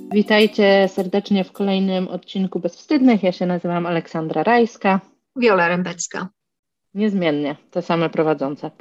Witajcie serdecznie w kolejnym odcinku Bezwstydnych. Ja się nazywam Aleksandra Rajska. Wiola Rembecka. Niezmiennie, te same prowadzące.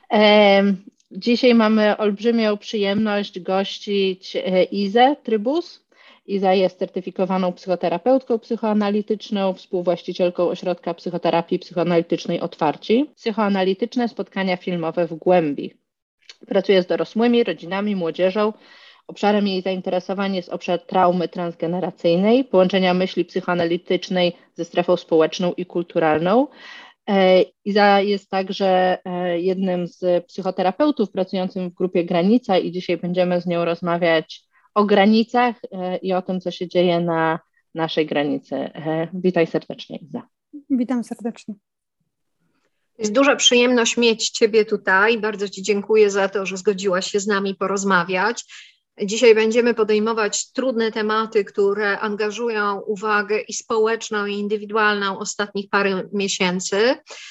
Dzisiaj mamy olbrzymią przyjemność gościć Izę Trybus. Iza jest certyfikowaną psychoterapeutką psychoanalityczną, współwłaścicielką Ośrodka Psychoterapii Psychoanalitycznej Otwarci. Psychoanalityczne spotkania filmowe w Głębi. Pracuje z dorosłymi, rodzinami, młodzieżą. Obszarem jej zainteresowań jest obszar traumy transgeneracyjnej, połączenia myśli psychoanalitycznej ze strefą społeczną i kulturalną. Iza jest także jednym z psychoterapeutów pracującym w grupie Granica i dzisiaj będziemy z nią rozmawiać o granicach i o tym, co się dzieje na naszej granicy. Witaj serdecznie, Iza. Witam serdecznie. Jest duża przyjemność mieć Ciebie tutaj. Bardzo Ci dziękuję za to, że zgodziłaś się z nami porozmawiać. Dzisiaj będziemy podejmować trudne tematy, które angażują uwagę i społeczną, i indywidualną ostatnich parę miesięcy.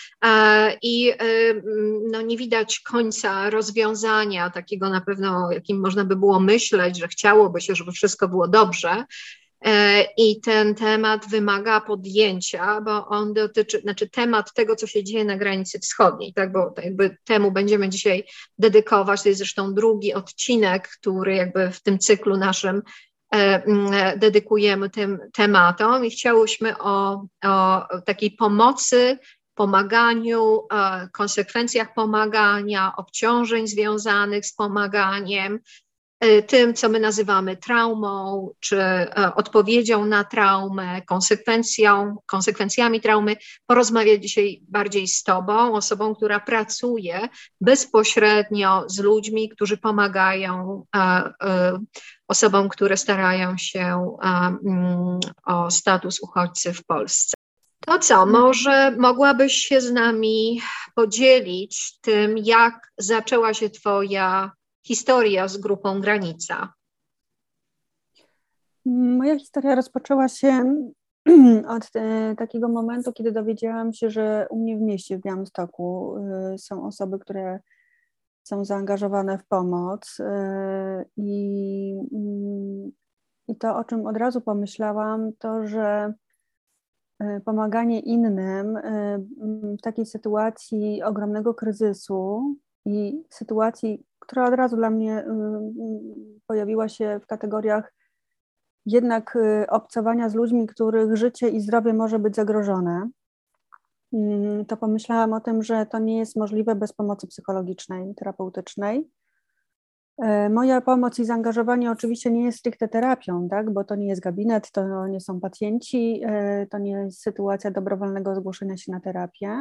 I nie widać końca rozwiązania takiego na pewno, jakim można by było myśleć, że chciałoby się, żeby wszystko było dobrze. I ten temat wymaga podjęcia, bo on dotyczy, temat tego, co się dzieje na granicy wschodniej, tak, bo jakby temu będziemy dzisiaj dedykować. To jest zresztą drugi odcinek, który jakby w tym cyklu naszym dedykujemy tym tematom i chciałyśmy o takiej pomocy, pomaganiu, konsekwencjach pomagania, obciążeń związanych z pomaganiem, tym, co my nazywamy traumą, czy odpowiedzią na traumę, konsekwencjami traumy, porozmawiać dzisiaj bardziej z Tobą, osobą, która pracuje bezpośrednio z ludźmi, którzy pomagają osobom, które starają się o status uchodźcy w Polsce. To co, może mogłabyś się z nami podzielić tym, jak zaczęła się Twoja historia z grupą Granica? Moja historia rozpoczęła się od takiego momentu, kiedy dowiedziałam się, że u mnie w mieście w Białymstoku są osoby, które są zaangażowane w pomoc i to, o czym od razu pomyślałam, to, że pomaganie innym w takiej sytuacji ogromnego kryzysu i sytuacji, która od razu dla mnie pojawiła się w kategoriach jednak obcowania z ludźmi, których życie i zdrowie może być zagrożone, to pomyślałam o tym, że to nie jest możliwe bez pomocy psychologicznej, terapeutycznej. Moja pomoc i zaangażowanie oczywiście nie jest stricte terapią, tak? Bo to nie jest gabinet, to nie są pacjenci, to nie jest sytuacja dobrowolnego zgłoszenia się na terapię.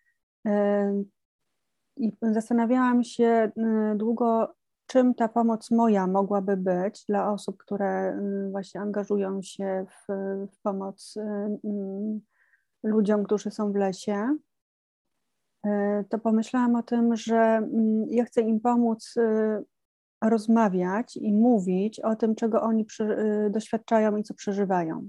I zastanawiałam się długo, czym ta pomoc moja mogłaby być dla osób, które właśnie angażują się w pomoc ludziom, którzy są w lesie. To pomyślałam o tym, że ja chcę im pomóc rozmawiać i mówić o tym, czego oni doświadczają i co przeżywają.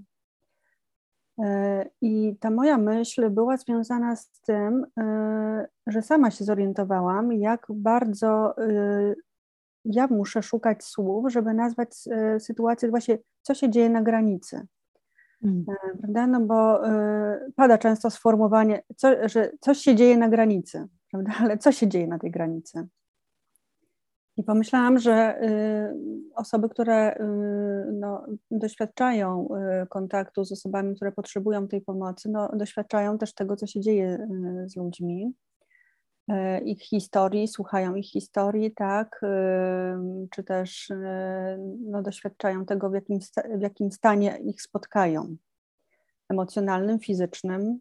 I ta moja myśl była związana z tym, że sama się zorientowałam, jak bardzo ja muszę szukać słów, żeby nazwać sytuację właśnie, co się dzieje na granicy. Prawda? No bo pada często sformułowanie, że coś się dzieje na granicy, prawda? Ale co się dzieje na tej granicy? I pomyślałam, że osoby, które doświadczają kontaktu z osobami, które potrzebują tej pomocy, doświadczają też tego, co się dzieje z ludźmi, ich historii, słuchają ich historii, tak, czy też doświadczają tego, w jakim stanie ich spotkają, emocjonalnym, fizycznym.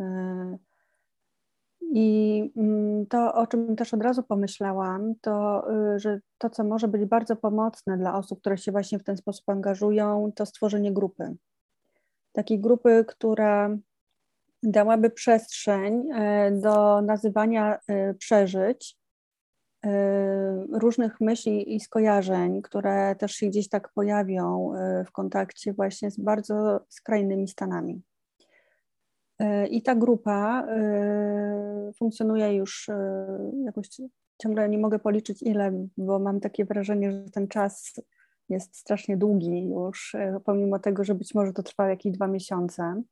I to, o czym też od razu pomyślałam, to, że to, co może być bardzo pomocne dla osób, które się właśnie w ten sposób angażują, to stworzenie grupy. Takiej grupy, która dałaby przestrzeń do nazywania przeżyć, różnych myśli i skojarzeń, które też się gdzieś tak pojawią w kontakcie właśnie z bardzo skrajnymi stanami. I ta grupa funkcjonuje już jakoś, ciągle nie mogę policzyć ile, bo mam takie wrażenie, że ten czas jest strasznie długi już, pomimo tego, że być może to trwa jakieś 2 miesiące.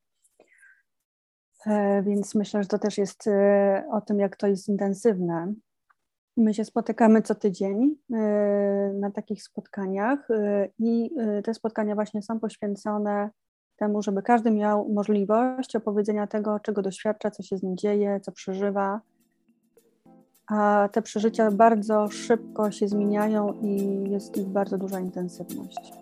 Więc myślę, że to też jest o tym, jak to jest intensywne. My się spotykamy co tydzień na takich spotkaniach i te spotkania właśnie są poświęcone temu, żeby każdy miał możliwość opowiedzenia tego, czego doświadcza, co się z nim dzieje, co przeżywa. A te przeżycia bardzo szybko się zmieniają i jest ich bardzo duża intensywność.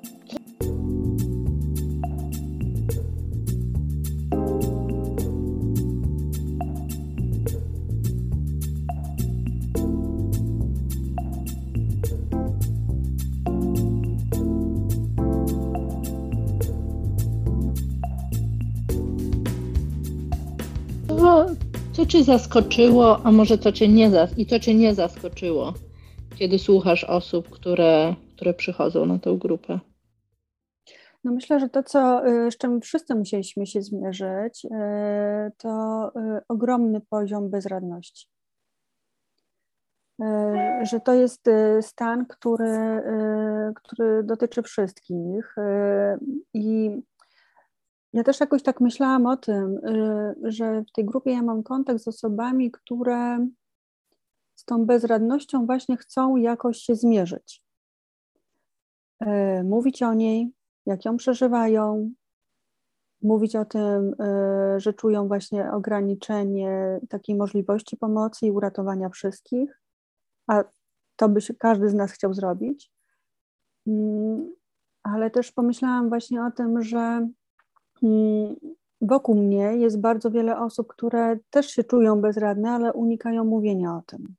Co Cię zaskoczyło, a może co Cię nie zaskoczyło, kiedy słuchasz osób, które przychodzą na tę grupę? No myślę, że to, z czym wszyscy musieliśmy się zmierzyć, to ogromny poziom bezradności. Że to jest stan, który dotyczy wszystkich. I ja też jakoś tak myślałam o tym, że w tej grupie ja mam kontakt z osobami, które z tą bezradnością właśnie chcą jakoś się zmierzyć. Mówić o niej, jak ją przeżywają, mówić o tym, że czują właśnie ograniczenie takiej możliwości pomocy i uratowania wszystkich, a to by każdy z nas chciał zrobić. Ale też pomyślałam właśnie o tym, że wokół mnie jest bardzo wiele osób, które też się czują bezradne, ale unikają mówienia o tym.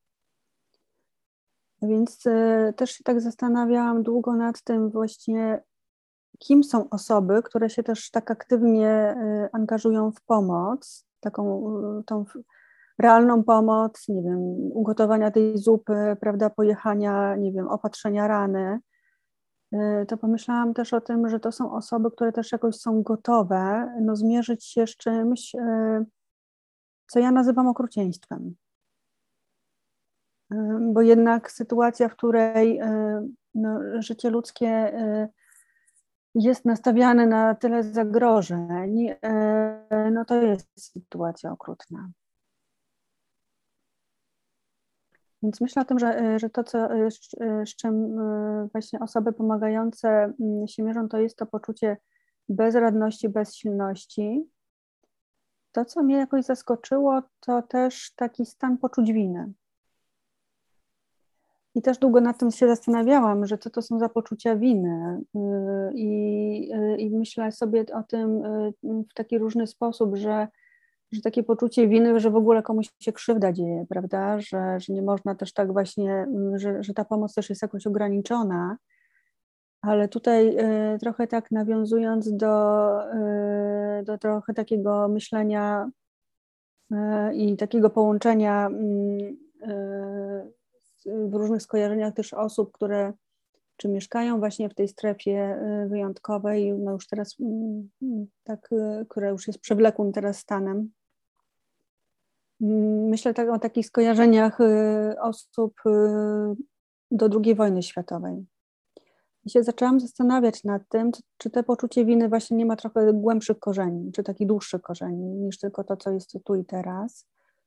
Więc też się tak zastanawiałam długo nad tym właśnie, kim są osoby, które się też tak aktywnie angażują w pomoc, tą realną pomoc, nie wiem, ugotowania tej zupy, prawda, pojechania, nie wiem, opatrzenia rany. To pomyślałam też o tym, że to są osoby, które też jakoś są gotowe zmierzyć się z czymś, co ja nazywam okrucieństwem. Bo jednak sytuacja, w której życie ludzkie jest nastawiane na tyle zagrożeń, to jest sytuacja okrutna. Więc myślę o tym, że to, z czym właśnie osoby pomagające się mierzą, to jest to poczucie bezradności, bezsilności. To, co mnie jakoś zaskoczyło, to też taki stan poczuć winy. I też długo nad tym się zastanawiałam, że co to są za poczucia winy. I myślę sobie o tym w taki różny sposób, że takie poczucie winy, że w ogóle komuś się krzywda dzieje, prawda, że nie można też tak właśnie, że ta pomoc też jest jakoś ograniczona, ale tutaj trochę tak nawiązując do trochę takiego myślenia i takiego połączenia w różnych skojarzeniach też osób, które czy mieszkają właśnie w tej strefie wyjątkowej, już teraz tak, która już jest przewlekłym teraz stanem. Myślę tak o takich skojarzeniach osób do II wojny światowej. I się zaczęłam zastanawiać nad tym, czy to poczucie winy właśnie nie ma trochę głębszych korzeni, czy takich dłuższych korzeni, niż tylko to, co jest tu i teraz.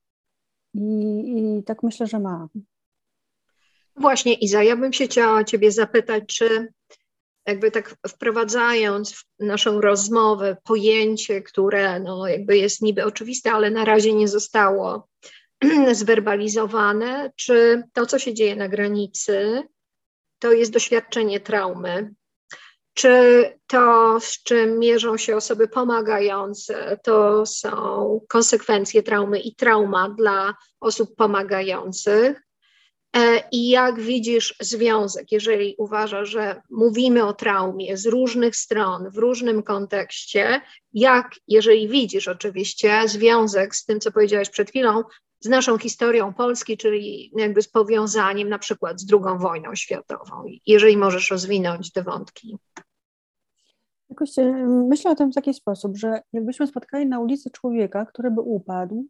I tak myślę, że ma. Właśnie, Iza, ja bym się chciała Ciebie zapytać, czy jakby tak wprowadzając w naszą rozmowę pojęcie, które jakby jest niby oczywiste, ale na razie nie zostało zwerbalizowane, czy to, co się dzieje na granicy, to jest doświadczenie traumy, czy to, z czym mierzą się osoby pomagające, to są konsekwencje traumy i trauma dla osób pomagających. I jak widzisz związek, jeżeli uważasz, że mówimy o traumie z różnych stron, w różnym kontekście, jeżeli widzisz oczywiście związek z tym, co powiedziałaś przed chwilą, z naszą historią Polski, czyli jakby z powiązaniem na przykład z II wojną światową, jeżeli możesz rozwinąć te wątki. Jakoś myślę o tym w taki sposób, że jakbyśmy spotkali na ulicy człowieka, który by upadł,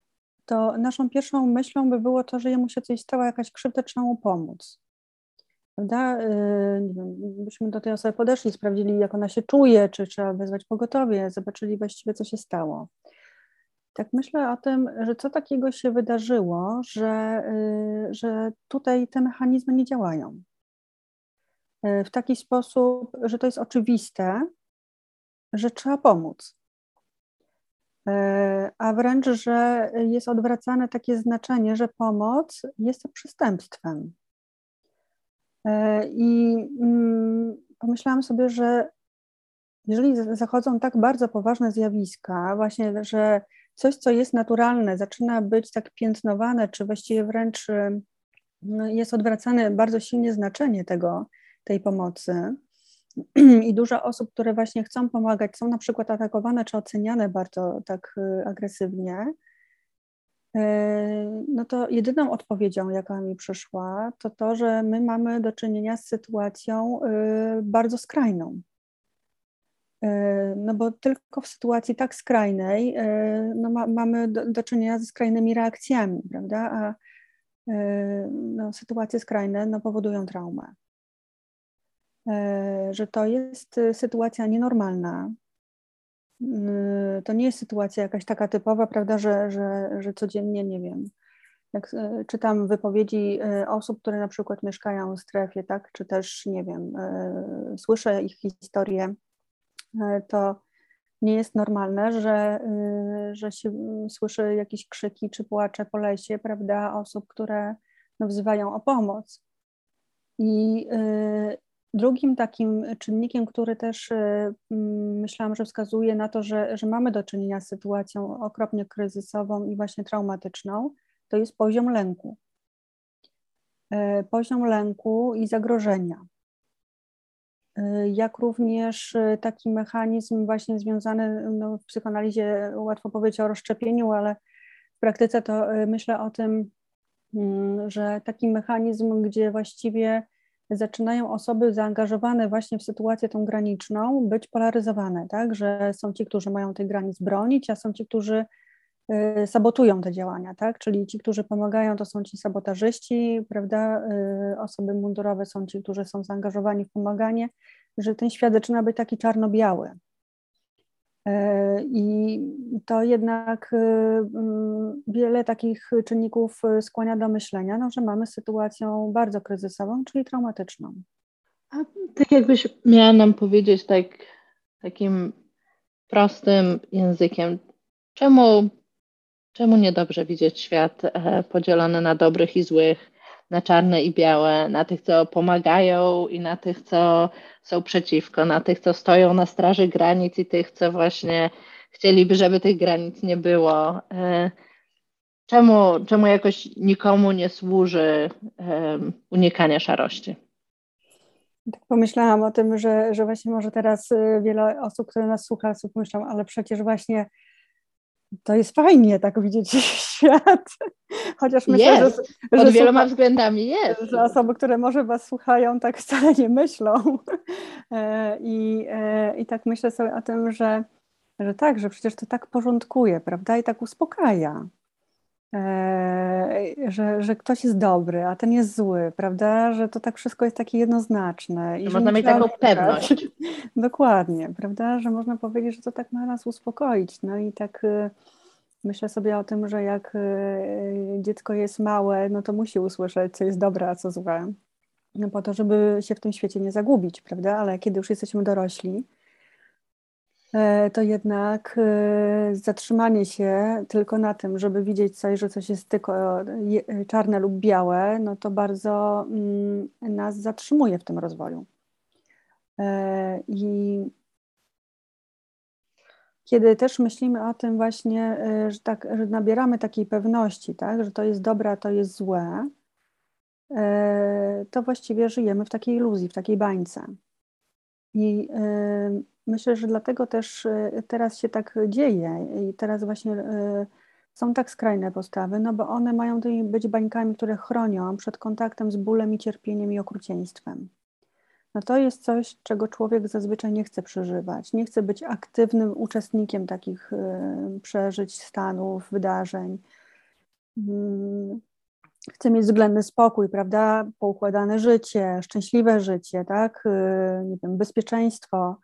to naszą pierwszą myślą by było to, że jemu się coś stało, jakaś krzywda, trzeba mu pomóc. prawda? Nie wiem, byśmy do tej osoby podeszli, sprawdzili, jak ona się czuje, czy trzeba wezwać pogotowie, zobaczyli właściwie, co się stało. Tak myślę o tym, że co takiego się wydarzyło, że tutaj te mechanizmy nie działają. W taki sposób, że to jest oczywiste, że trzeba pomóc. A wręcz, że jest odwracane takie znaczenie, że pomoc jest przestępstwem. I pomyślałam sobie, że jeżeli zachodzą tak bardzo poważne zjawiska, właśnie, że coś, co jest naturalne, zaczyna być tak piętnowane, czy właściwie wręcz jest odwracane bardzo silnie znaczenie tej pomocy, i dużo osób, które właśnie chcą pomagać, są na przykład atakowane czy oceniane bardzo tak agresywnie, no to jedyną odpowiedzią, jaka mi przyszła, to to, że my mamy do czynienia z sytuacją bardzo skrajną. No bo tylko w sytuacji tak skrajnej no mamy do czynienia ze skrajnymi reakcjami, prawda? A no, sytuacje skrajne no, powodują traumę. Że to jest sytuacja nienormalna. To nie jest sytuacja jakaś taka typowa, prawda, że codziennie, nie wiem, jak czytam wypowiedzi osób, które na przykład mieszkają w strefie, tak, czy też, nie wiem, słyszę ich historię, to nie jest normalne, że się słyszy jakieś krzyki czy płacze po lesie, prawda, osób, które no, wzywają o pomoc. I drugim takim czynnikiem, który też myślałam, że wskazuje na to, że mamy do czynienia z sytuacją okropnie kryzysową i właśnie traumatyczną, to jest poziom lęku. Poziom lęku i zagrożenia. Jak również taki mechanizm właśnie związany, no w psychoanalizie łatwo powiedzieć o rozszczepieniu, ale w praktyce to myślę o tym, że taki mechanizm, gdzie właściwie zaczynają osoby zaangażowane właśnie w sytuację tą graniczną być polaryzowane, tak, że są ci, którzy mają tych granic bronić, a są ci, którzy sabotują te działania, tak, czyli ci, którzy pomagają, to są ci sabotażyści, prawda, osoby mundurowe są ci, którzy są zaangażowani w pomaganie, że ten świat zaczyna być taki czarno-biały. I to jednak wiele takich czynników skłania do myślenia, no, że mamy sytuację bardzo kryzysową, czyli traumatyczną. A tak jakbyś miała nam powiedzieć takim prostym językiem, czemu niedobrze widzieć świat podzielony na dobrych i złych, na czarne i białe, na tych, co pomagają i na tych, co są przeciwko, na tych, co stoją na straży granic i tych, co właśnie chcieliby, żeby tych granic nie było. Czemu jakoś nikomu nie służy unikanie szarości? Tak pomyślałam o tym, że właśnie może teraz wiele osób, które nas słucha, myślą, ale przecież właśnie to jest fajnie tak widzieć świat, chociaż myślę, że pod wieloma względami jest. Że osoby, które może was słuchają, tak wcale nie myślą. I tak myślę sobie o tym, że tak, że przecież to tak porządkuje, prawda, i tak uspokaja. Że ktoś jest dobry, a ten jest zły, prawda, że to tak wszystko jest takie jednoznaczne. Że można mieć taką pewność. Dokładnie, prawda, że można powiedzieć, że to tak ma nas uspokoić. No i tak myślę sobie o tym, że jak dziecko jest małe, no to musi usłyszeć, co jest dobre, a co złe, no po to, żeby się w tym świecie nie zagubić, prawda, ale kiedy już jesteśmy dorośli, to jednak zatrzymanie się tylko na tym, żeby widzieć coś, że coś jest tylko czarne lub białe, no to bardzo nas zatrzymuje w tym rozwoju. I kiedy też myślimy o tym właśnie, że nabieramy takiej pewności, tak, że to jest dobre, a to jest złe, to właściwie żyjemy w takiej iluzji, w takiej bańce. I myślę, że dlatego też teraz się tak dzieje i teraz właśnie są tak skrajne postawy, no bo one mają być bańkami, które chronią przed kontaktem z bólem i cierpieniem i okrucieństwem. No to jest coś, czego człowiek zazwyczaj nie chce przeżywać. Nie chce być aktywnym uczestnikiem takich przeżyć, stanów, wydarzeń. chcę mieć względny spokój, prawda, poukładane życie, szczęśliwe życie, tak, nie wiem, bezpieczeństwo.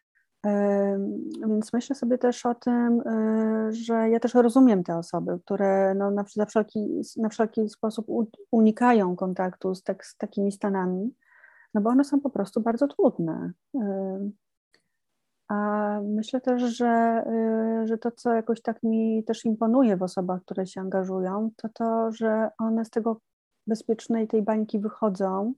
Więc myślę sobie też o tym, że ja też rozumiem te osoby, które no, na wszelki sposób unikają kontaktu z takimi stanami, no bo one są po prostu bardzo trudne. A myślę też, że to, co jakoś tak mi też imponuje w osobach, które się angażują, to, że one z tego bezpiecznej tej bańki wychodzą,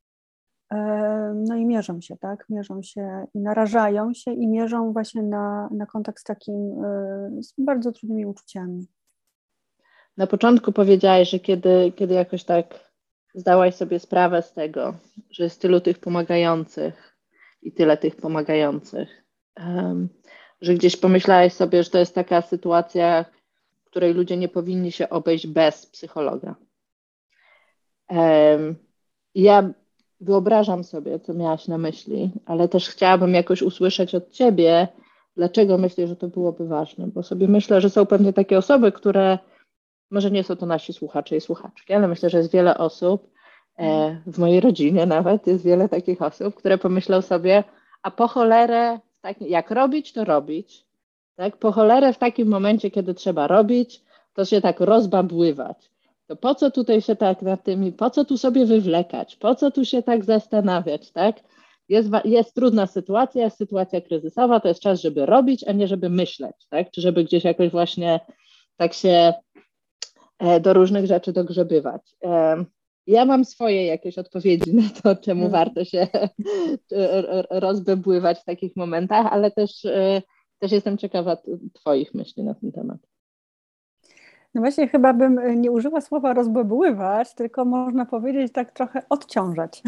no i mierzą się, tak? Mierzą się i narażają się i mierzą właśnie na kontakt z bardzo trudnymi uczuciami. Na początku powiedziałaś, że kiedy jakoś tak zdałaś sobie sprawę z tego, że jest tylu tych pomagających i tyle tych pomagających, że gdzieś pomyślałaś sobie, że to jest taka sytuacja, w której ludzie nie powinni się obejść bez psychologa. Ja wyobrażam sobie, co miałaś na myśli, ale też chciałabym jakoś usłyszeć od ciebie, dlaczego myślisz, że to byłoby ważne, bo sobie myślę, że są pewnie takie osoby, które, może nie są to nasi słuchacze i słuchaczki, ale myślę, że jest wiele osób, w mojej rodzinie nawet jest wiele takich osób, które pomyślą sobie, a po cholerę, jak robić, to robić. Tak? Po cholerę w takim momencie, kiedy trzeba robić, to się tak rozbabływać. To po co tutaj się tak nad tymi, po co tu sobie wywlekać, po co tu się tak zastanawiać, tak? Jest trudna sytuacja, jest sytuacja kryzysowa, to jest czas, żeby robić, a nie żeby myśleć, tak? Czy żeby gdzieś jakoś właśnie tak się do różnych rzeczy dogrzebywać. Ja mam swoje jakieś odpowiedzi na to, czemu warto się rozbebływać w takich momentach, ale też jestem ciekawa twoich myśli na ten temat. No właśnie chyba bym nie użyła słowa rozbebływać, tylko można powiedzieć tak trochę odciążać.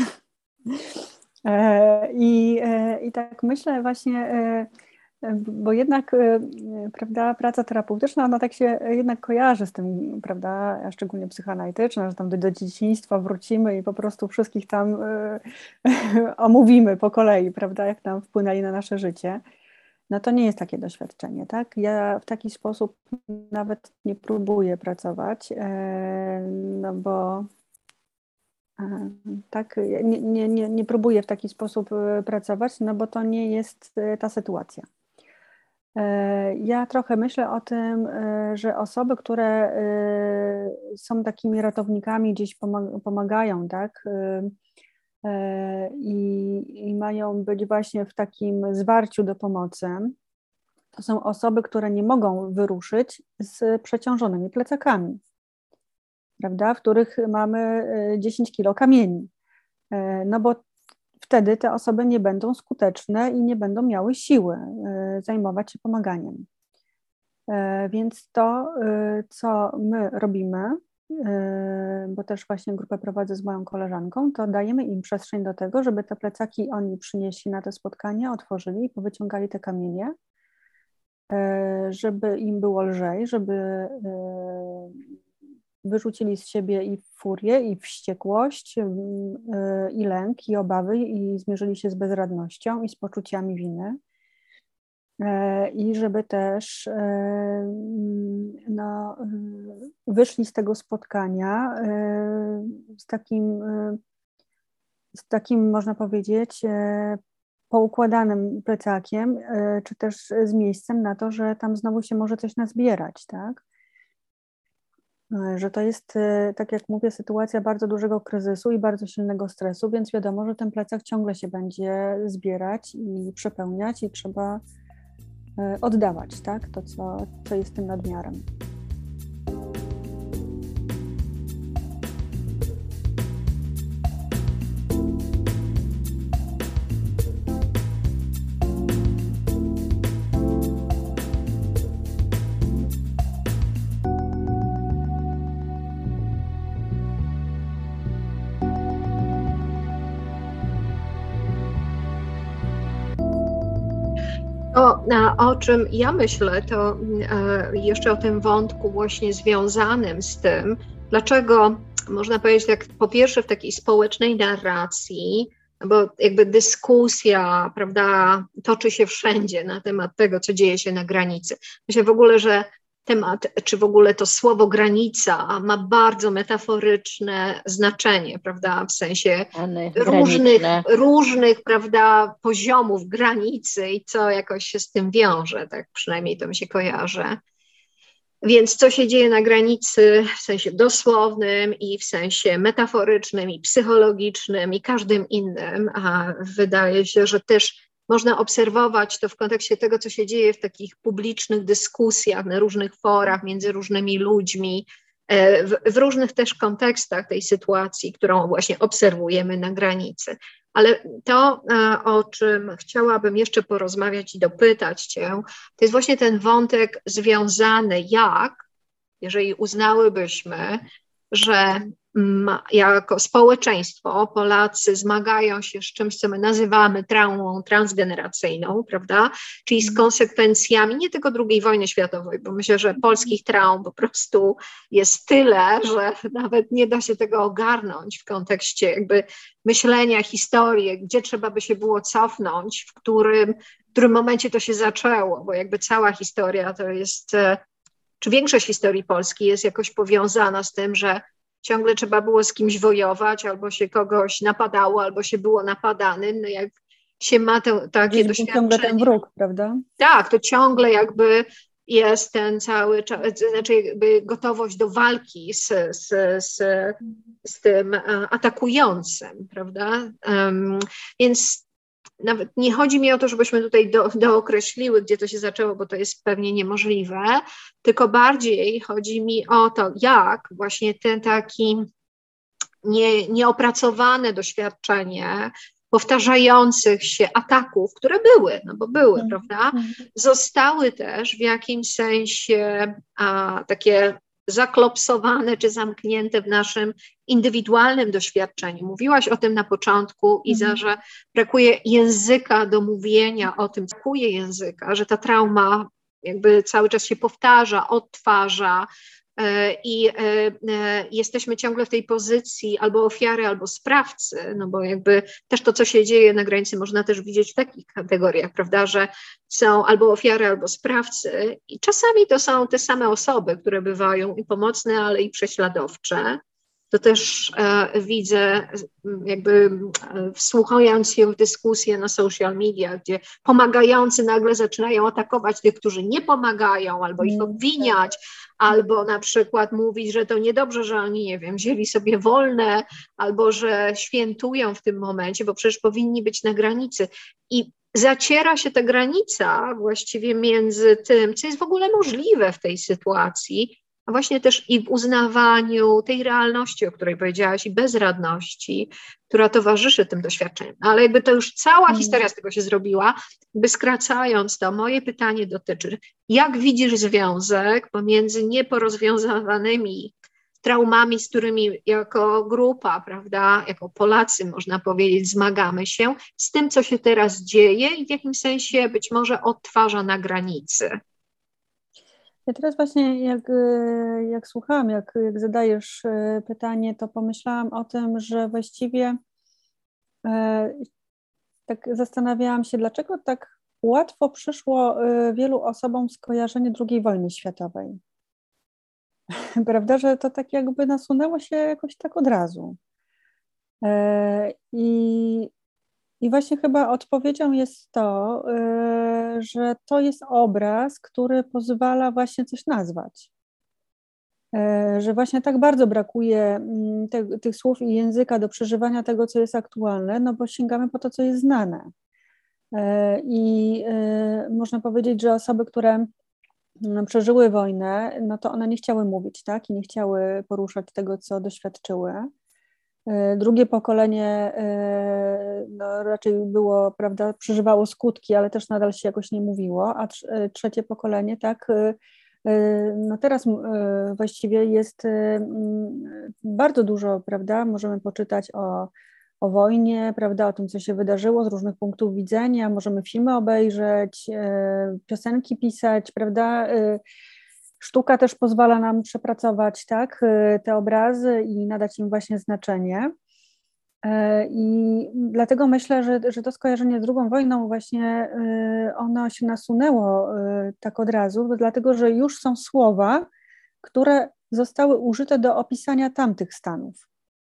I tak myślę właśnie, bo jednak, prawda, praca terapeutyczna, ona tak się jednak kojarzy z tym, prawda, szczególnie psychoanalityczna, że tam do dzieciństwa wrócimy i po prostu wszystkich tam omówimy po kolei, prawda, jak tam wpłynęli na nasze życie. No to nie jest takie doświadczenie, tak? Ja w taki sposób nawet nie próbuję pracować, no bo tak, nie próbuję w taki sposób pracować, no bo to nie jest ta sytuacja. Ja trochę myślę o tym, że osoby, które są takimi ratownikami, gdzieś pomagają, tak? I mają być właśnie w takim zwarciu do pomocy, to są osoby, które nie mogą wyruszyć z przeciążonymi plecakami, prawda, w których mamy 10 kilo kamieni, no bo wtedy te osoby nie będą skuteczne i nie będą miały siły zajmować się pomaganiem. Więc to, co my robimy, bo też właśnie grupę prowadzę z moją koleżanką, to dajemy im przestrzeń do tego, żeby te plecaki oni przynieśli na to spotkanie, otworzyli i powyciągali te kamienie, żeby im było lżej, żeby wyrzucili z siebie i furię, i wściekłość, i lęk, i obawy, i zmierzyli się z bezradnością i z poczuciami winy. I żeby też no, wyszli z tego spotkania z takim, można powiedzieć, poukładanym plecakiem, czy też z miejscem na to, że tam znowu się może coś nazbierać, tak? Że to jest, tak jak mówię, sytuacja bardzo dużego kryzysu i bardzo silnego stresu, więc wiadomo, że ten plecak ciągle się będzie zbierać i przepełniać i trzeba oddawać, tak? To, co jest tym nadmiarem. O czym ja myślę, to jeszcze o tym wątku właśnie związanym z tym, dlaczego można powiedzieć tak, po pierwsze w takiej społecznej narracji, bo jakby dyskusja, prawda, toczy się wszędzie na temat tego, co dzieje się na granicy. Myślę w ogóle, że temat, czy w ogóle to słowo granica ma bardzo metaforyczne znaczenie, prawda, w sensie różnych, prawda, poziomów granicy i co jakoś się z tym wiąże, tak przynajmniej to mi się kojarzy. Więc co się dzieje na granicy w sensie dosłownym i w sensie metaforycznym i psychologicznym i każdym innym, a wydaje się, że też można obserwować to w kontekście tego, co się dzieje w takich publicznych dyskusjach, na różnych forach, między różnymi ludźmi, w różnych też kontekstach tej sytuacji, którą właśnie obserwujemy na granicy. Ale to, o czym chciałabym jeszcze porozmawiać i dopytać Cię, to jest właśnie ten wątek związany jeżeli uznałybyśmy, że jako społeczeństwo Polacy zmagają się z czymś, co my nazywamy traumą transgeneracyjną, prawda? Czyli z konsekwencjami nie tylko II wojny światowej, bo myślę, że polskich traum po prostu jest tyle, że nawet nie da się tego ogarnąć w kontekście jakby myślenia historii, gdzie trzeba by się było cofnąć, w którym momencie to się zaczęło, bo jakby cała historia to jest, czy większość historii Polski jest jakoś powiązana z tym, że ciągle trzeba było z kimś wojować, albo się kogoś napadało, albo się było napadanym. No jak się ma takie doświadczenie. Ciągle ten wróg, prawda? Tak, to ciągle jakby jest ten cały czas, znaczy jakby gotowość do walki z tym atakującym, prawda? Więc nawet nie chodzi mi o to, żebyśmy tutaj dookreśliły, gdzie to się zaczęło, bo to jest pewnie niemożliwe, tylko bardziej chodzi mi o to, jak właśnie ten taki nieopracowane doświadczenie powtarzających się ataków, które były, no bo były, prawda, zostały też w jakimś sensie takie zaklopsowane czy zamknięte w naszym indywidualnym doświadczeniu. Mówiłaś o tym na początku, Iza, że brakuje języka do mówienia o tym, brakuje języka, że ta trauma jakby cały czas się powtarza, odtwarza i jesteśmy ciągle w tej pozycji albo ofiary, albo sprawcy, no bo jakby też to, co się dzieje na granicy, można też widzieć w takich kategoriach, prawda, że są albo ofiary, albo sprawcy i czasami to są te same osoby, które bywają i pomocne, ale i prześladowcze. To też widzę, jakby wsłuchując się w dyskusje na social media, gdzie pomagający nagle zaczynają atakować tych, którzy nie pomagają, albo ich obwiniać, albo na przykład mówić, że to niedobrze, że oni, nie wiem, wzięli sobie wolne, albo że świętują w tym momencie, bo przecież powinni być na granicy. I zaciera się ta granica właściwie między tym, co jest w ogóle możliwe w tej sytuacji, a właśnie też i w uznawaniu tej realności, o której powiedziałaś, i bezradności, która towarzyszy tym doświadczeniom. Ale jakby to już cała historia z tego się zrobiła, by skracając to, moje pytanie dotyczy, jak widzisz związek pomiędzy nieporozwiązywanymi traumami, z którymi jako grupa, prawda, jako Polacy, można powiedzieć, zmagamy się, z tym, co się teraz dzieje i w jakim sensie być może odtwarza na granicy? Ja teraz właśnie jak słuchałam, jak zadajesz pytanie, to pomyślałam o tym, że właściwie tak zastanawiałam się, dlaczego tak łatwo przyszło wielu osobom skojarzenie II wojny światowej. Prawda, że to tak jakby nasunęło się jakoś tak od razu. I właśnie chyba odpowiedzią jest to, że to jest obraz, który pozwala właśnie coś nazwać. Że właśnie tak bardzo brakuje tych słów i języka do przeżywania tego, co jest aktualne, no bo sięgamy po to, co jest znane. I można powiedzieć, że osoby, które przeżyły wojnę, no to one nie chciały mówić, tak? I nie chciały poruszać tego, co doświadczyły. Drugie pokolenie no, raczej było, prawda, przeżywało skutki, ale też nadal się jakoś nie mówiło, a trzecie pokolenie, tak, no teraz właściwie jest bardzo dużo, prawda, możemy poczytać o wojnie, prawda, o tym, co się wydarzyło z różnych punktów widzenia, możemy filmy obejrzeć, piosenki pisać, prawda. Sztuka też pozwala nam przepracować, tak, te obrazy i nadać im właśnie znaczenie. I dlatego myślę, że to skojarzenie z II wojną właśnie ono się nasunęło tak od razu, dlatego że już są słowa, które zostały użyte do opisania tamtych stanów.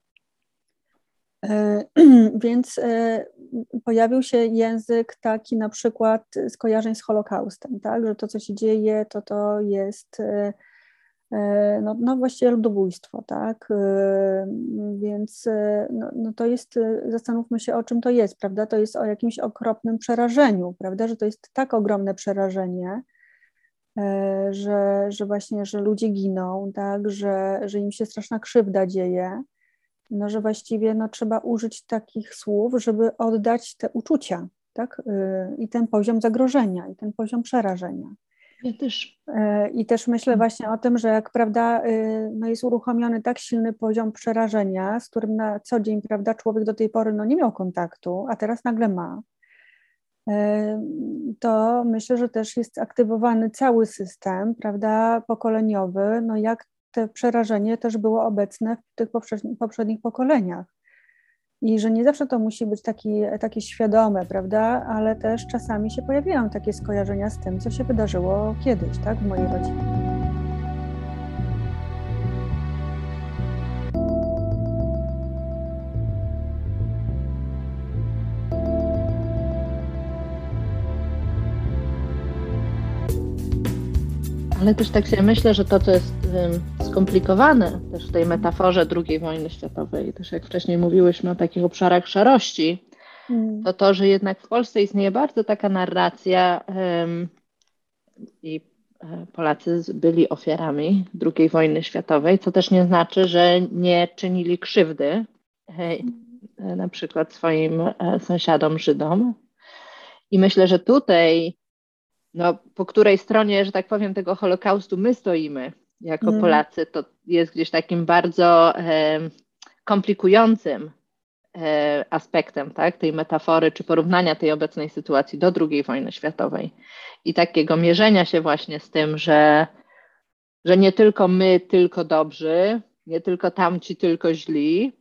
Więc pojawił się język taki na przykład skojarzeń z Holokaustem, tak? Że to, co się dzieje, to jest no właściwie ludobójstwo, tak? Więc no to jest, zastanówmy się, o czym to jest, prawda? To jest o jakimś okropnym przerażeniu, prawda? Że to jest tak ogromne przerażenie, że właśnie, że ludzie giną, tak? Że im się straszna krzywda dzieje, no że właściwie no, trzeba użyć takich słów, żeby oddać te uczucia, tak? I ten poziom zagrożenia, i ten poziom przerażenia. Ja też. I też myślę właśnie o tym, że jak, prawda, no jest uruchomiony tak silny poziom przerażenia, z którym na co dzień, prawda, człowiek do tej pory no nie miał kontaktu, a teraz nagle ma, to myślę, że też jest aktywowany cały system, prawda, pokoleniowy, no jak to przerażenie też było obecne w tych poprzednich pokoleniach. I że nie zawsze to musi być takie świadome, prawda, ale też czasami się pojawiają takie skojarzenia z tym, co się wydarzyło kiedyś, tak, w mojej rodzinie. Ale też tak sobie myślę, że to, co jest skomplikowane też w tej metaforze II wojny światowej, też jak wcześniej mówiłyśmy o takich obszarach szarości, to, że jednak w Polsce istnieje bardzo taka narracja i Polacy byli ofiarami II wojny światowej, co też nie znaczy, że nie czynili krzywdy na przykład swoim sąsiadom Żydom. I myślę, że tutaj no, po której stronie, że tak powiem, tego Holokaustu my stoimy jako Polacy, to jest gdzieś takim bardzo komplikującym aspektem, tak, tej metafory czy porównania tej obecnej sytuacji do II wojny światowej i takiego mierzenia się właśnie z tym, że nie tylko my, tylko dobrzy, nie tylko tamci, tylko źli.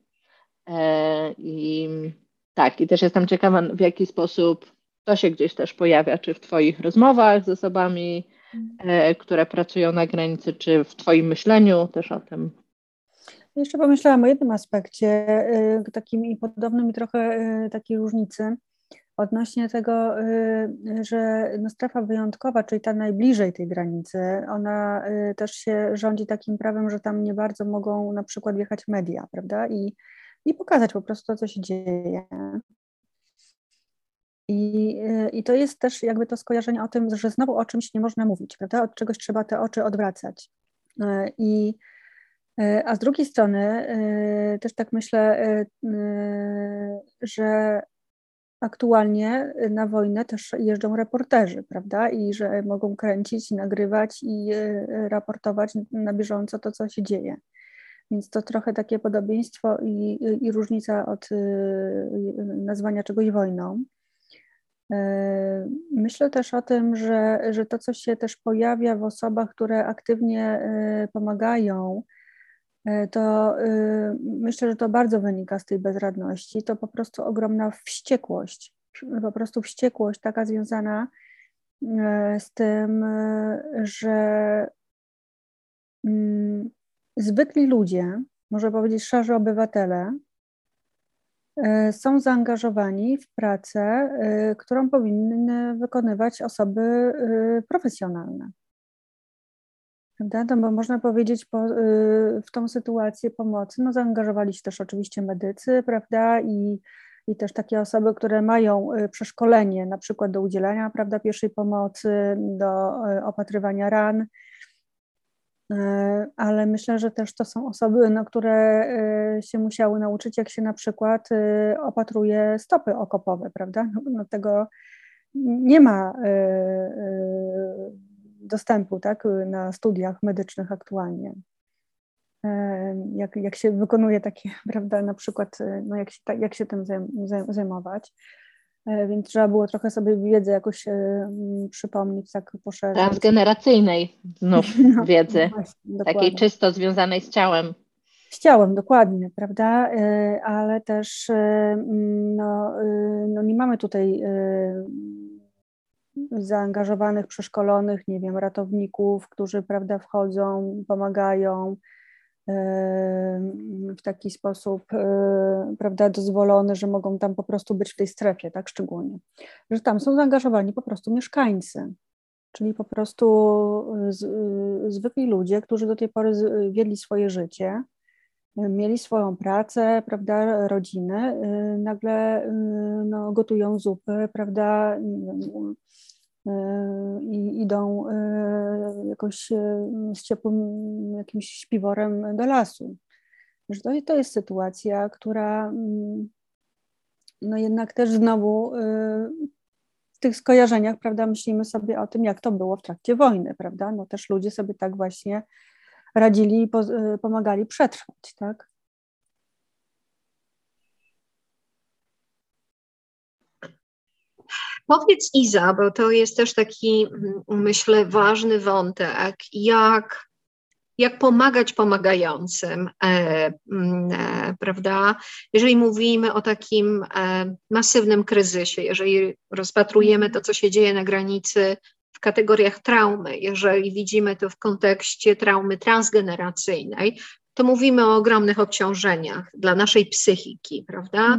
I tak, i też jestem ciekawa, w jaki sposób to się gdzieś też pojawia, czy w Twoich rozmowach z osobami, które pracują na granicy, czy w Twoim myśleniu też o tym. Jeszcze pomyślałam o jednym aspekcie, takim i podobnym i trochę takiej różnicy odnośnie tego, że no strefa wyjątkowa, czyli ta najbliżej tej granicy, ona też się rządzi takim prawem, że tam nie bardzo mogą na przykład wjechać media, prawda? I pokazać po prostu to, co się dzieje. I to jest też jakby to skojarzenie o tym, że znowu o czymś nie można mówić, prawda? Od czegoś trzeba te oczy odwracać. A z drugiej strony też tak myślę, że aktualnie na wojnę też jeżdżą reporterzy, prawda? I że mogą kręcić, nagrywać i raportować na bieżąco to, co się dzieje. Więc to trochę takie podobieństwo i różnica od nazwania czegoś wojną. Myślę też o tym, że to, co się też pojawia w osobach, które aktywnie pomagają, to myślę, że to bardzo wynika z tej bezradności. To po prostu ogromna wściekłość, po prostu wściekłość taka związana z tym, że zwykli ludzie, można powiedzieć szarzy obywatele, są zaangażowani w pracę, którą powinny wykonywać osoby profesjonalne. Prawda? No bo można powiedzieć, w tą sytuację pomocy no, zaangażowali się też oczywiście medycy, prawda, i też takie osoby, które mają przeszkolenie na przykład do udzielania, prawda, pierwszej pomocy, do opatrywania ran, ale myślę, że też to są osoby, no, które się musiały nauczyć, jak się na przykład opatruje stopy okopowe, prawda? No, tego nie ma dostępu, tak, na studiach medycznych aktualnie. Jak się wykonuje takie, prawda, na przykład, no jak się tym zajmować. Więc trzeba było trochę sobie wiedzę jakoś przypomnieć, tak poszerzyć. Transgeneracyjnej znów wiedzy, Właśnie, takiej czysto związanej z ciałem. z ciałem, dokładnie, prawda, ale też no nie mamy tutaj zaangażowanych, przeszkolonych, nie wiem, ratowników, którzy, prawda, wchodzą, pomagają w taki sposób, prawda, dozwolony, że mogą tam po prostu być w tej strefie, tak, szczególnie, że tam są zaangażowani po prostu mieszkańcy, czyli po prostu zwykli ludzie, którzy do tej pory wiedli swoje życie, mieli swoją pracę, prawda, rodziny, nagle no, gotują zupy, prawda, i idą jakoś z ciepłym jakimś śpiworem do lasu. Że to jest sytuacja, która no jednak też znowu w tych skojarzeniach, prawda, myślimy sobie o tym, jak to było w trakcie wojny, prawda, no też ludzie sobie tak właśnie radzili i pomagali przetrwać, tak? Powiedz, Iza, bo to jest też taki, myślę, ważny wątek, jak pomagać pomagającym, prawda? Jeżeli mówimy o takim masywnym kryzysie, jeżeli rozpatrujemy to, co się dzieje na granicy w kategoriach traumy, jeżeli widzimy to w kontekście traumy transgeneracyjnej, to mówimy o ogromnych obciążeniach dla naszej psychiki, prawda?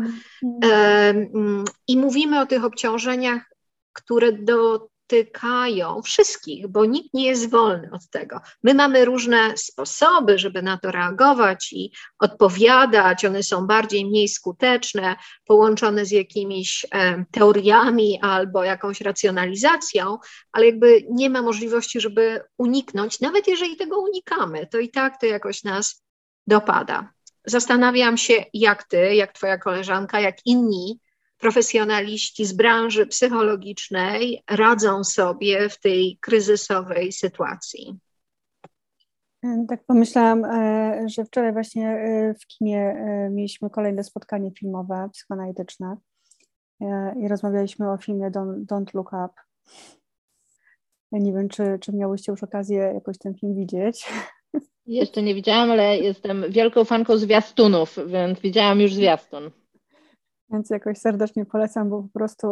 I mówimy o tych obciążeniach, które dotykają wszystkich, bo nikt nie jest wolny od tego. My mamy różne sposoby, żeby na to reagować i odpowiadać. One są bardziej, mniej skuteczne, połączone z jakimiś teoriami albo jakąś racjonalizacją, ale jakby nie ma możliwości, żeby uniknąć. Nawet jeżeli tego unikamy, to i tak to jakoś nas dopada. Zastanawiam się, jak ty, jak twoja koleżanka, jak inni profesjonaliści z branży psychologicznej radzą sobie w tej kryzysowej sytuacji. Tak pomyślałam, że wczoraj właśnie w kinie mieliśmy kolejne spotkanie filmowe, psychoanalityczne i rozmawialiśmy o filmie Don't Look Up. Ja nie wiem, czy miałyście już okazję jakoś ten film widzieć. Jeszcze nie widziałam, ale jestem wielką fanką zwiastunów, więc widziałam już zwiastun. Więc jakoś serdecznie polecam, bo po prostu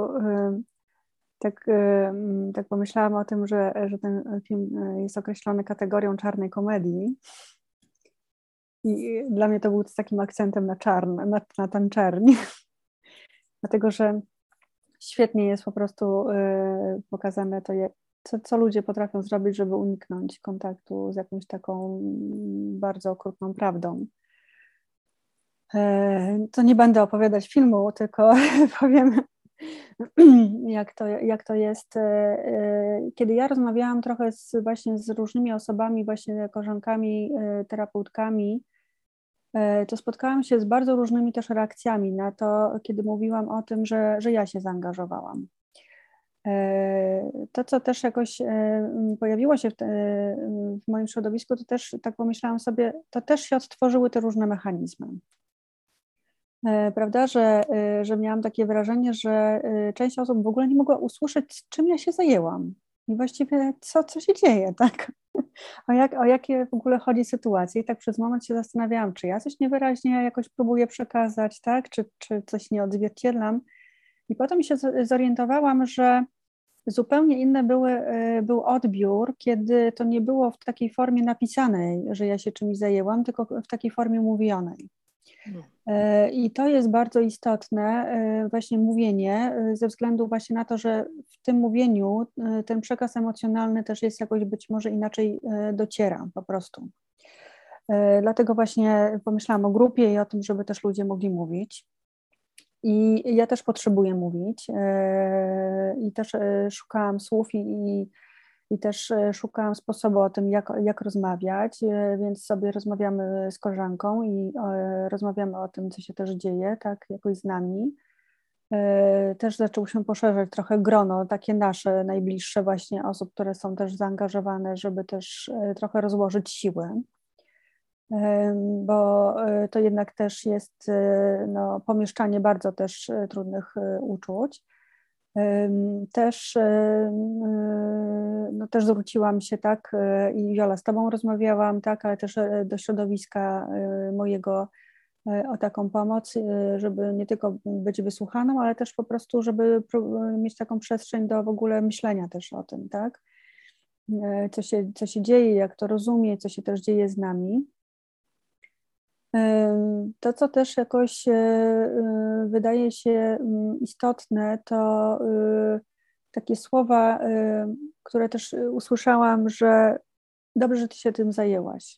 tak pomyślałam o tym, że ten film jest określony kategorią czarnej komedii. I dla mnie to był z takim akcentem na ten czerń. Dlatego, że świetnie jest po prostu pokazane to, co ludzie potrafią zrobić, żeby uniknąć kontaktu z jakąś taką bardzo okrutną prawdą. To nie będę opowiadać filmu, tylko powiem, jak to jest. Kiedy ja rozmawiałam trochę właśnie z różnymi osobami, właśnie koleżankami, terapeutkami, to spotkałam się z bardzo różnymi też reakcjami na to, kiedy mówiłam o tym, że ja się zaangażowałam. To, co też jakoś pojawiło się w moim środowisku, to też tak pomyślałam sobie, to też się odtworzyły te różne mechanizmy. Prawda, że miałam takie wrażenie, że część osób w ogóle nie mogła usłyszeć, czym ja się zajęłam i właściwie co się dzieje, tak? O jakie w ogóle chodzi sytuacje. I tak przez moment się zastanawiałam, czy ja coś niewyraźnie jakoś próbuję przekazać, tak? Czy coś nie odzwierciedlam. I potem się zorientowałam, że zupełnie inny był odbiór, kiedy to nie było w takiej formie napisanej, że ja się czymś zajęłam, tylko w takiej formie mówionej. I to jest bardzo istotne, właśnie mówienie, ze względu właśnie na to, że w tym mówieniu ten przekaz emocjonalny też jest jakoś być może inaczej dociera po prostu. Dlatego właśnie pomyślałam o grupie i o tym, żeby też ludzie mogli mówić. I ja też potrzebuję mówić i też szukałam słów i też szukałam sposobu o tym, jak rozmawiać, więc sobie rozmawiamy z koleżanką i rozmawiamy o tym, co się też dzieje, tak, jakoś z nami. Też zaczęłyśmy poszerzać trochę grono, takie nasze najbliższe właśnie osób, które są też zaangażowane, żeby też trochę rozłożyć siły, bo to jednak też jest no, pomieszczanie bardzo też trudnych uczuć. Też, no też zwróciłam się, tak, i Wiola, z Tobą rozmawiałam, tak, ale też do środowiska mojego o taką pomoc, żeby nie tylko być wysłuchaną, ale też po prostu, żeby mieć taką przestrzeń do w ogóle myślenia też o tym, tak, co się dzieje, jak to rozumie, co się też dzieje z nami. To, co też jakoś wydaje się istotne, to takie słowa, które też usłyszałam, że dobrze, że Ty się tym zajęłaś,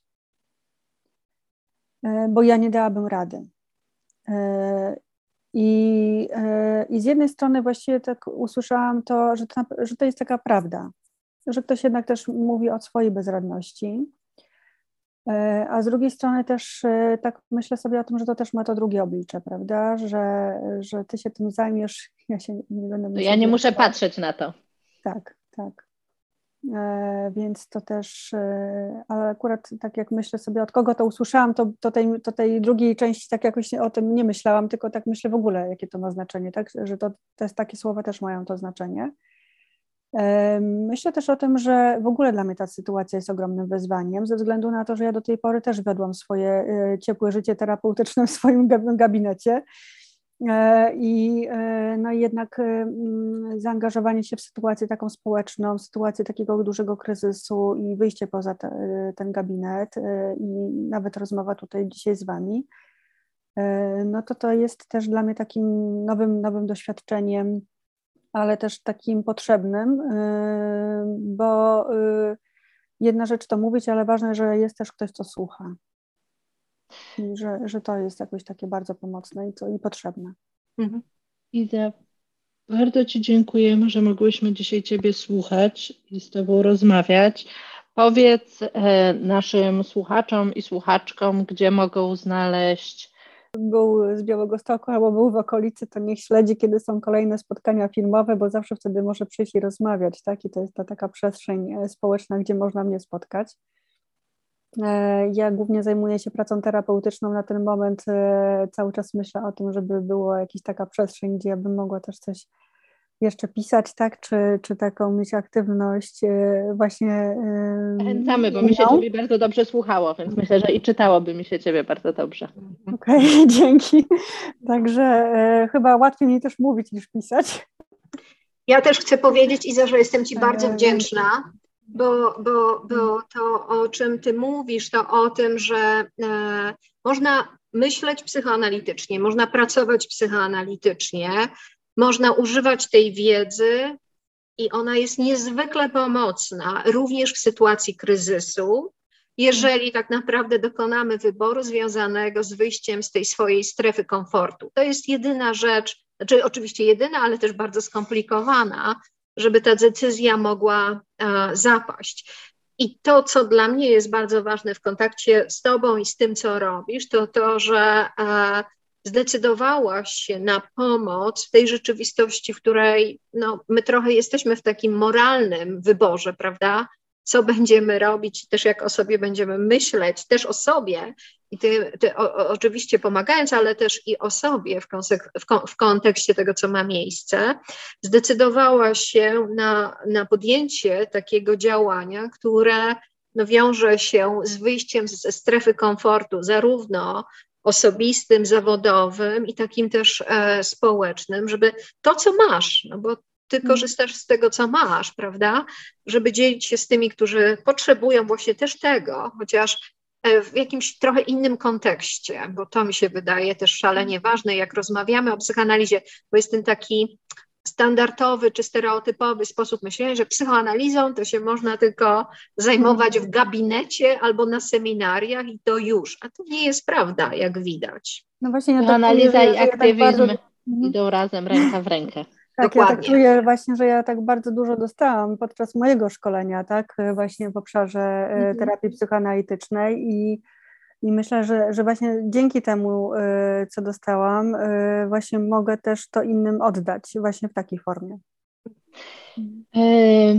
bo ja nie dałabym rady. I z jednej strony właściwie tak usłyszałam to, że to jest taka prawda, że ktoś jednak też mówi o swojej bezradności. A z drugiej strony też tak myślę sobie o tym, że to też ma to drugie oblicze, prawda, że Ty się tym zajmiesz, ja się nie będę... Ja nie muszę patrzeć na to. Tak, tak. Więc to też, ale akurat tak jak myślę sobie, od kogo to usłyszałam, to tej drugiej części tak jakoś o tym nie myślałam, tylko tak myślę w ogóle, jakie to ma znaczenie, tak, że takie słowa też mają to znaczenie. Myślę też o tym, że w ogóle dla mnie ta sytuacja jest ogromnym wyzwaniem, ze względu na to, że ja do tej pory też wiodłam swoje ciepłe życie terapeutyczne w swoim gabinecie i no jednak zaangażowanie się w sytuację taką społeczną, sytuację takiego dużego kryzysu i wyjście poza ten gabinet i nawet rozmowa tutaj dzisiaj z Wami, no to jest też dla mnie takim nowym doświadczeniem, ale też takim potrzebnym, bo jedna rzecz to mówić, ale ważne, że jest też ktoś, kto słucha. I że to jest jakoś takie bardzo pomocne i potrzebne. Iza, bardzo Ci dziękujemy, że mogłyśmy dzisiaj Ciebie słuchać i z Tobą rozmawiać. Powiedz naszym słuchaczom i słuchaczkom, gdzie mogą znaleźć... Był z Białegostoku albo był w okolicy, to niech śledzi, kiedy są kolejne spotkania filmowe, bo zawsze wtedy może przyjść i rozmawiać, tak? I to jest ta taka przestrzeń społeczna, gdzie można mnie spotkać. Ja głównie zajmuję się pracą terapeutyczną na ten moment. Cały czas myślę o tym, żeby była jakaś taka przestrzeń, gdzie ja bym mogła też coś jeszcze pisać, tak? Czy taką mieć aktywność właśnie... Zachęcamy, bo mi się Ciebie bardzo dobrze słuchało, więc myślę, że i czytałoby mi się Ciebie bardzo dobrze. Okej, dzięki. Także chyba łatwiej mi też mówić niż pisać. Ja też chcę powiedzieć, Iza, że jestem Ci bardzo wdzięczna, bo to, o czym Ty mówisz, to o tym, że można myśleć psychoanalitycznie, można pracować psychoanalitycznie, można używać tej wiedzy i ona jest niezwykle pomocna również w sytuacji kryzysu, jeżeli tak naprawdę dokonamy wyboru związanego z wyjściem z tej swojej strefy komfortu. To jest jedyna rzecz, znaczy oczywiście jedyna, ale też bardzo skomplikowana, żeby ta decyzja mogła zapaść. I to, co dla mnie jest bardzo ważne w kontakcie z Tobą i z tym, co robisz, to to, że zdecydowałaś się na pomoc w tej rzeczywistości, w której no, my trochę jesteśmy w takim moralnym wyborze, prawda? Co będziemy robić, też jak o sobie będziemy myśleć, też o sobie, i ty oczywiście pomagając, ale też i o sobie w kontekście tego, co ma miejsce, zdecydowałaś się na podjęcie takiego działania, które no, wiąże się z wyjściem ze strefy komfortu, zarówno osobistym, zawodowym i takim też społecznym, żeby to, co masz, no bo Ty korzystasz z tego, co masz, prawda, żeby dzielić się z tymi, którzy potrzebują właśnie też tego, chociaż w jakimś trochę innym kontekście, bo to mi się wydaje też szalenie ważne, jak rozmawiamy o psychoanalizie, bo jest ten taki standardowy czy stereotypowy sposób myślenia, że psychoanalizą to się można tylko zajmować w gabinecie albo na seminariach i to już, a to nie jest prawda, jak widać. No właśnie, Psychoanaliza i aktywizm idą razem, ręka w rękę. Tak, dokładnie. Ja tak czuję właśnie, że ja tak bardzo dużo dostałam podczas mojego szkolenia, tak, właśnie w obszarze terapii psychoanalitycznej i myślę, że właśnie dzięki temu, co dostałam, właśnie mogę też to innym oddać właśnie w takiej formie.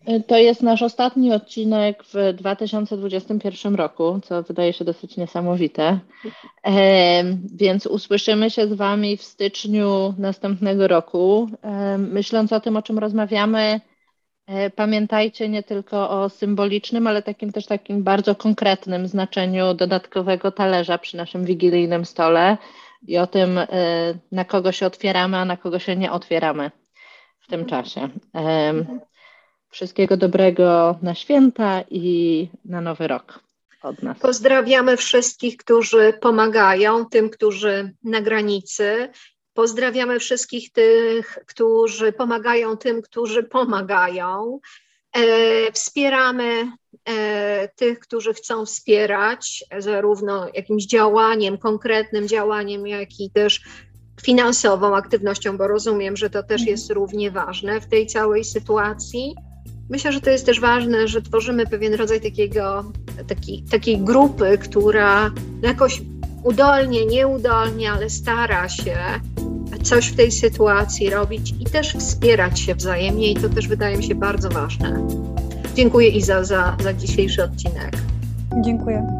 To jest nasz ostatni odcinek w 2021 roku, co wydaje się dosyć niesamowite. Więc usłyszymy się z Wami w styczniu następnego roku. Myśląc o tym, o czym rozmawiamy, pamiętajcie nie tylko o symbolicznym, ale takim bardzo konkretnym znaczeniu dodatkowego talerza przy naszym wigilijnym stole i o tym, na kogo się otwieramy, a na kogo się nie otwieramy w tym czasie. Wszystkiego dobrego na święta i na Nowy Rok od nas. Pozdrawiamy wszystkich, którzy pomagają, tym, którzy na granicy. Pozdrawiamy wszystkich tych, którzy pomagają tym, którzy pomagają. Wspieramy tych, którzy chcą wspierać, zarówno jakimś działaniem, konkretnym działaniem, jak i też finansową aktywnością, bo rozumiem, że to też jest równie ważne w tej całej sytuacji. Myślę, że to jest też ważne, że tworzymy pewien rodzaj takiej grupy, która jakoś udolnie, nieudolnie, ale stara się coś w tej sytuacji robić i też wspierać się wzajemnie i to też wydaje mi się bardzo ważne. Dziękuję Iza za dzisiejszy odcinek. Dziękuję.